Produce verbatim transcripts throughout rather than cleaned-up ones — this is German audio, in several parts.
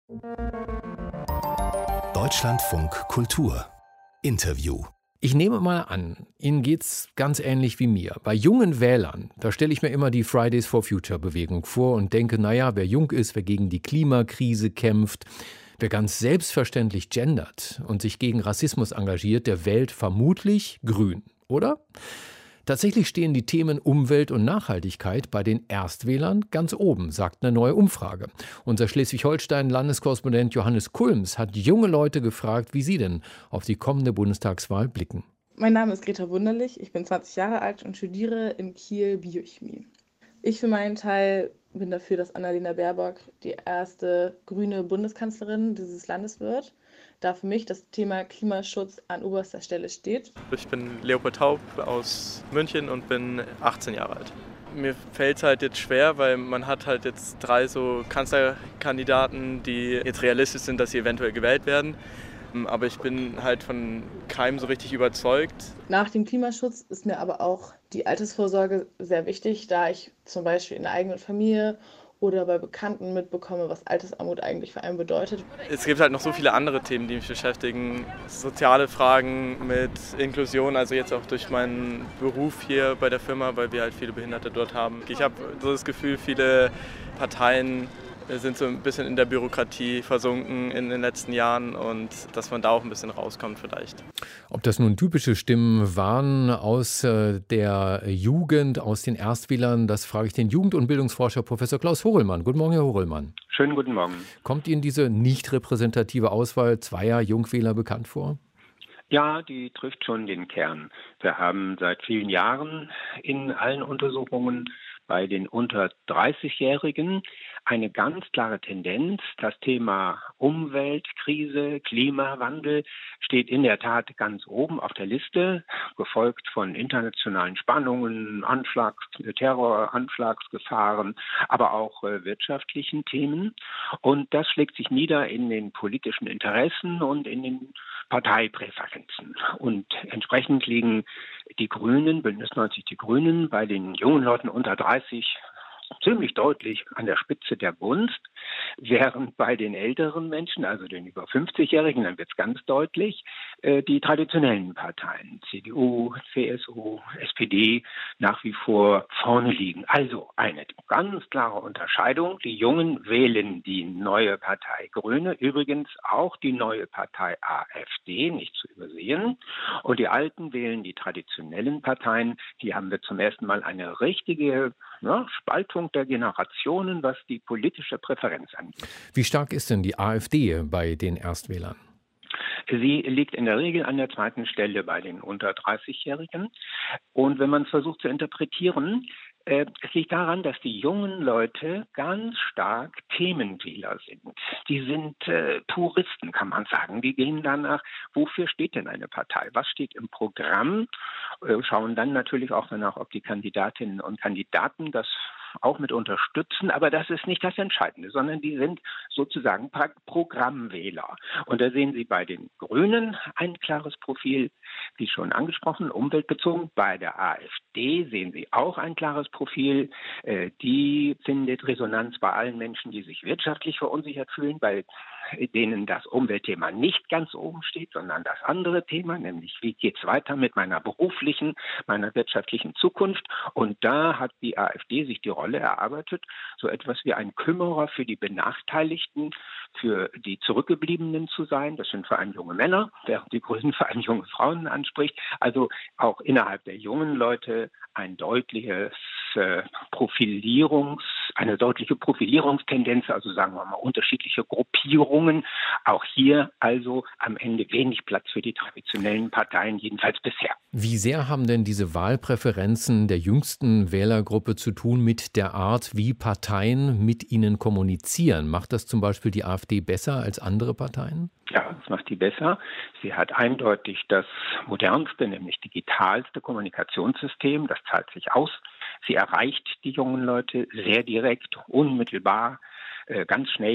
Deutschlandfunk Kultur Interview. Ich nehme mal an, Ihnen geht's ganz ähnlich wie mir. Bei jungen Wählern, da stelle ich mir immer die Fridays for Future Bewegung vor und denke, naja, wer jung ist, wer gegen die Klimakrise kämpft, wer ganz selbstverständlich gendert und sich gegen Rassismus engagiert, der wählt vermutlich grün, oder? Tatsächlich stehen die Themen Umwelt und Nachhaltigkeit bei den Erstwählern ganz oben, sagt eine neue Umfrage. Unser Schleswig-Holstein-Landeskorrespondent Johannes Kulms hat junge Leute gefragt, wie sie denn auf die kommende Bundestagswahl blicken. Mein Name ist Greta Wunderlich, ich bin zwanzig Jahre alt und studiere in Kiel Biochemie. Ich für meinen Teil bin dafür, dass Annalena Baerbock die erste grüne Bundeskanzlerin dieses Landes wird, da für mich das Thema Klimaschutz an oberster Stelle steht. Ich bin Leopold Taub aus München und bin achtzehn Jahre alt. Mir fällt es halt jetzt schwer, weil man hat halt jetzt drei so Kanzlerkandidaten, die jetzt realistisch sind, dass sie eventuell gewählt werden. Aber ich bin halt von keinem so richtig überzeugt. Nach dem Klimaschutz ist mir aber auch die Altersvorsorge sehr wichtig, da ich zum Beispiel in der eigenen Familie oder bei Bekannten mitbekomme, was Altersarmut eigentlich für einen bedeutet. Es gibt halt noch so viele andere Themen, die mich beschäftigen. Soziale Fragen mit Inklusion, also jetzt auch durch meinen Beruf hier bei der Firma, weil wir halt viele Behinderte dort haben. Ich habe so das Gefühl, viele Parteien sind so ein bisschen in der Bürokratie versunken in den letzten Jahren und dass man da auch ein bisschen rauskommt vielleicht. Ob das nun typische Stimmen waren aus äh, der Jugend, aus den Erstwählern, das frage ich den Jugend- und Bildungsforscher Professor Klaus Horelmann. Guten Morgen, Herr Horelmann. Schönen guten Morgen. Kommt Ihnen diese nicht repräsentative Auswahl zweier Jungwähler bekannt vor? Ja, die trifft schon den Kern. Wir haben seit vielen Jahren in allen Untersuchungen bei den unter dreißig-Jährigen eine ganz klare Tendenz. Das Thema Umweltkrise, Klimawandel steht in der Tat ganz oben auf der Liste, gefolgt von internationalen Spannungen, Anschlags, Terroranschlagsgefahren, aber auch äh, wirtschaftlichen Themen. Und das schlägt sich nieder in den politischen Interessen und in den Parteipräferenzen. Und entsprechend liegen die Grünen, Bündnis neunzig Die Grünen, bei den jungen Leuten unter dreißig ziemlich deutlich an der Spitze der Gunst, während bei den älteren Menschen, also den über fünfzig-Jährigen, dann wird es ganz deutlich, äh, die traditionellen Parteien, C D U, C S U, S P D, nach wie vor vorne liegen. Also eine ganz klare Unterscheidung. Die Jungen wählen die neue Partei Grüne, übrigens auch die neue Partei AfD, nicht zu übersehen. Und die Alten wählen die traditionellen Parteien. Hier haben wir zum ersten Mal eine richtige ja, Spaltung der Generationen, was die politische Präferenz angeht. Wie stark ist denn die AfD bei den Erstwählern? Sie liegt in der Regel an der zweiten Stelle bei den unter dreißig-Jährigen. Und wenn man es versucht zu interpretieren, äh, es liegt daran, dass die jungen Leute ganz stark Themenwähler sind. Die sind äh, Puristen, kann man sagen. Die gehen danach, wofür steht denn eine Partei? Was steht im Programm? Äh, schauen dann natürlich auch danach, ob die Kandidatinnen und Kandidaten das auch mit unterstützen, aber das ist nicht das Entscheidende, sondern die sind sozusagen Programmwähler. Und da sehen Sie bei den Grünen ein klares Profil, wie schon angesprochen, umweltbezogen. Bei der AfD sehen Sie auch ein klares Profil. Äh, die findet Resonanz bei allen Menschen, die sich wirtschaftlich verunsichert fühlen, bei denen das Umweltthema nicht ganz oben steht, sondern das andere Thema, nämlich wie geht es weiter mit meiner beruflichen, meiner wirtschaftlichen Zukunft. Und da hat die AfD sich die Rolle erarbeitet, so etwas wie ein Kümmerer für die Benachteiligten, für die Zurückgebliebenen zu sein. Das sind vor allem junge Männer, während die Grünen vor allem junge Frauen anspricht. Also auch innerhalb der jungen Leute ein deutliches äh, Profilierungs, eine deutliche Profilierungstendenz, also sagen wir mal unterschiedliche Gruppierungen. Auch hier also am Ende wenig Platz für die traditionellen Parteien, jedenfalls bisher. Wie sehr haben denn diese Wahlpräferenzen der jüngsten Wählergruppe zu tun mit der Art, wie Parteien mit ihnen kommunizieren? Macht das zum Beispiel die AfD besser als andere Parteien? Ja, das macht die besser. Sie hat eindeutig das modernste, nämlich digitalste Kommunikationssystem. Das zahlt sich aus. Sie erreicht die jungen Leute sehr direkt, unmittelbar, ganz schnell.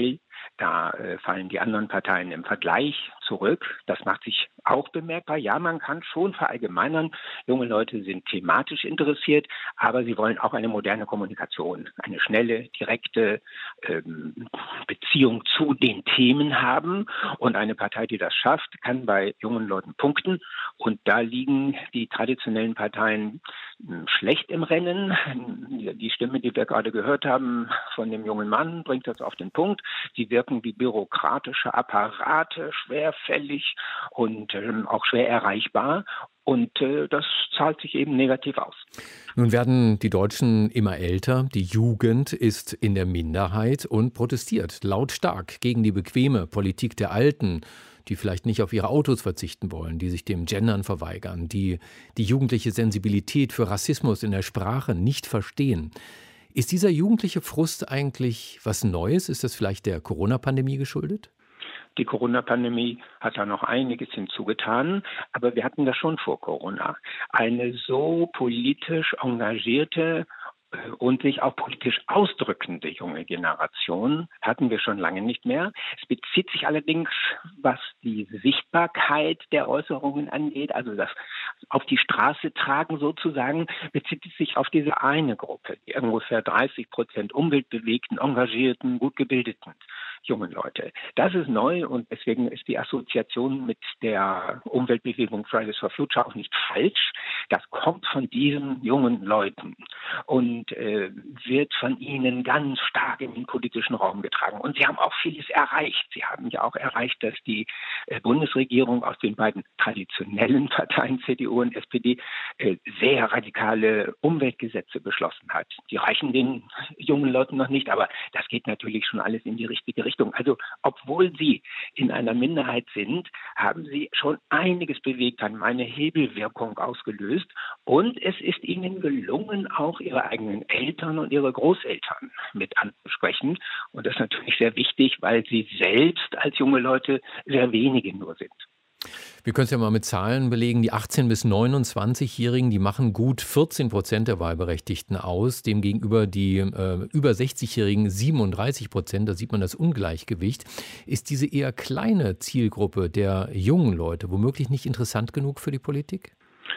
Da äh, fallen die anderen Parteien im Vergleich zurück. Das macht sich auch bemerkbar. Ja, man kann schon verallgemeinern. Junge Leute sind thematisch interessiert, aber sie wollen auch eine moderne Kommunikation, eine schnelle, direkte ähm, Beziehung zu den Themen haben. Und eine Partei, die das schafft, kann bei jungen Leuten punkten. Und da liegen die traditionellen Parteien mh, schlecht im Rennen. Die Stimme, die wir gerade gehört haben von dem jungen Mann, bringt das auf den Punkt. Sie wirken wie bürokratische Apparate, schwerfällig und ähm, auch schwer erreichbar. Und äh, das zahlt sich eben negativ aus. Nun werden die Deutschen immer älter, die Jugend ist in der Minderheit und protestiert lautstark gegen die bequeme Politik der Alten, die vielleicht nicht auf ihre Autos verzichten wollen, die sich dem Gendern verweigern, die die jugendliche Sensibilität für Rassismus in der Sprache nicht verstehen. Ist dieser jugendliche Frust eigentlich was Neues? Ist das vielleicht der Corona-Pandemie geschuldet? Die Corona-Pandemie hat da noch einiges hinzugetan, aber wir hatten das schon vor Corona. Eine so politisch engagierte und sich auch politisch ausdrückende junge Generation hatten wir schon lange nicht mehr. Es bezieht sich allerdings, was die Sichtbarkeit der Äußerungen angeht, also das auf die Straße tragen sozusagen, bezieht es sich auf diese eine Gruppe, die ungefähr dreißig Prozent umweltbewegten, engagierten, gut gebildeten jungen Leute. Das ist neu und deswegen ist die Assoziation mit der Umweltbewegung Fridays for Future auch nicht falsch. Das kommt von diesen jungen Leuten und äh, wird von ihnen ganz stark in den politischen Raum getragen. Und sie haben auch vieles erreicht. Sie haben ja auch erreicht, dass die äh, Bundesregierung aus den beiden traditionellen Parteien C D U und S P D äh, sehr radikale Umweltgesetze beschlossen hat. Die reichen den jungen Leuten noch nicht, aber das geht natürlich schon alles in die richtige Richtung. Also obwohl sie in einer Minderheit sind, haben sie schon einiges bewegt, haben eine Hebelwirkung ausgelöst und es ist ihnen gelungen, auch ihre eigenen Eltern und ihre Großeltern mit anzusprechen. Und das ist natürlich sehr wichtig, weil sie selbst als junge Leute sehr wenige nur sind. Wir können es ja mal mit Zahlen belegen. Die achtzehn- bis neunundzwanzigjährigen, die machen gut vierzehn Prozent der Wahlberechtigten aus. Demgegenüber die äh, über sechzigjährigen siebenunddreißig Prozent. Da sieht man das Ungleichgewicht. Ist diese eher kleine Zielgruppe der jungen Leute womöglich nicht interessant genug für die Politik?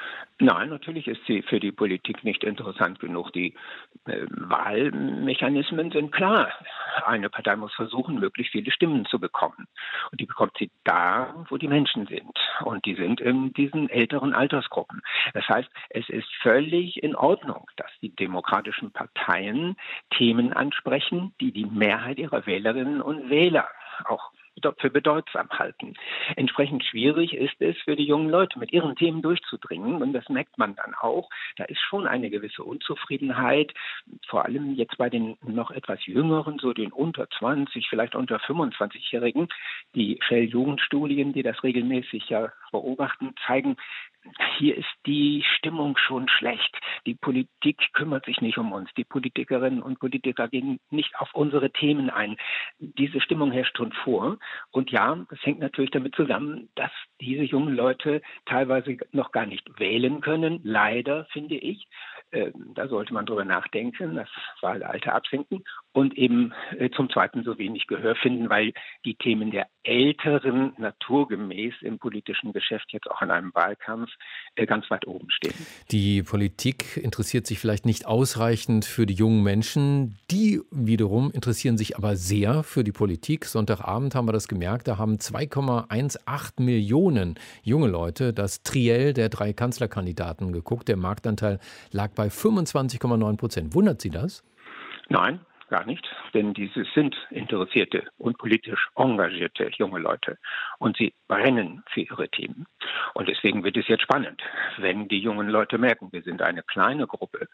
Nein, natürlich ist sie für die Politik nicht interessant genug. Die äh, Wahlmechanismen sind klar. Eine Partei muss versuchen, möglichst viele Stimmen zu bekommen. Und die bekommt sie da, wo die Menschen sind. Und die sind in diesen älteren Altersgruppen. Das heißt, es ist völlig in Ordnung, dass die demokratischen Parteien Themen ansprechen, die die Mehrheit ihrer Wählerinnen und Wähler auch für bedeutsam halten. Entsprechend schwierig ist es für die jungen Leute, mit ihren Themen durchzudringen. Und das merkt man dann auch. Da ist schon eine gewisse Unzufriedenheit, vor allem jetzt bei den noch etwas Jüngeren, so den unter zwanzig, vielleicht unter fünfundzwanzigjährigen. Die Shell-Jugendstudien, die das regelmäßig ja beobachten, zeigen, hier ist die Stimmung schon schlecht. Die Politik kümmert sich nicht um uns. Die Politikerinnen und Politiker gehen nicht auf unsere Themen ein. Diese Stimmung herrscht schon vor. Und ja, das hängt natürlich damit zusammen, dass diese jungen Leute teilweise noch gar nicht wählen können. Leider, finde ich. Äh, da sollte man drüber nachdenken, das Wahlalter absenken. Und eben äh, zum Zweiten so wenig Gehör finden, weil die Themen der Älteren naturgemäß im politischen Geschäft jetzt auch in einem Wahlkampf äh, ganz weit oben stehen. Die Politik interessiert sich vielleicht nicht ausreichend für die jungen Menschen. Die wiederum interessieren sich aber sehr für die Politik. Sonntagabend haben wir das gemerkt, da haben zwei Komma achtzehn Millionen junge Leute das Triell der drei Kanzlerkandidaten geguckt. Der Marktanteil lag bei fünfundzwanzig Komma neun Prozent. Wundert Sie das? Nein. Gar nicht, denn diese sind interessierte und politisch engagierte junge Leute und sie brennen für ihre Themen. Und deswegen wird es jetzt spannend, wenn die jungen Leute merken, wir sind eine kleine Gruppe.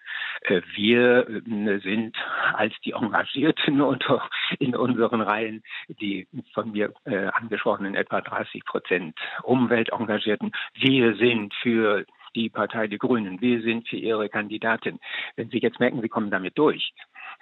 Wir sind als die Engagierten unter, in unseren Reihen, die von mir äh, angesprochenen etwa dreißig Prozent Umweltengagierten. Wir sind für die Partei Die Grünen, wir sind für ihre Kandidatin. Wenn Sie jetzt merken, Sie kommen damit durch,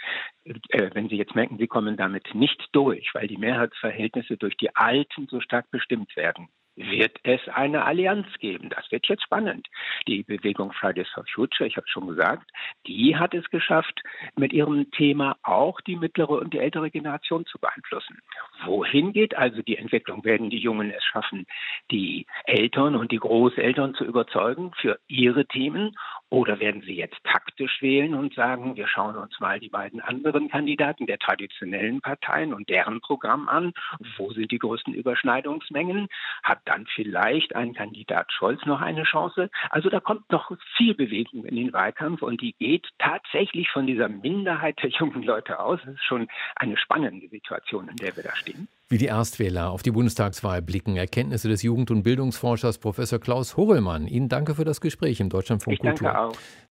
Äh, wenn Sie jetzt merken, Sie kommen damit nicht durch, weil die Mehrheitsverhältnisse durch die Alten so stark bestimmt werden, wird es eine Allianz geben. Das wird jetzt spannend. Die Bewegung Fridays for Future, ich habe schon gesagt, die hat es geschafft, mit ihrem Thema auch die mittlere und die ältere Generation zu beeinflussen. Wohin geht also die Entwicklung? Werden die Jungen es schaffen, die Eltern und die Großeltern zu überzeugen für ihre Themen? Oder werden sie jetzt taktisch wählen und sagen, wir schauen uns mal die beiden anderen Kandidaten der traditionellen Parteien und deren Programm an? Wo sind die größten Überschneidungsmengen? Hat dann vielleicht ein Kandidat Scholz noch eine Chance? Also da kommt noch viel Bewegung in den Wahlkampf und die geht tatsächlich von dieser Minderheit der jungen Leute aus. Das ist schon eine spannende Situation, in der wir da stehen. Wie die Erstwähler auf die Bundestagswahl blicken. Erkenntnisse des Jugend- und Bildungsforschers Professor Klaus Horrellmann. Ihnen danke für das Gespräch im Deutschlandfunk Kultur. Ich danke auch.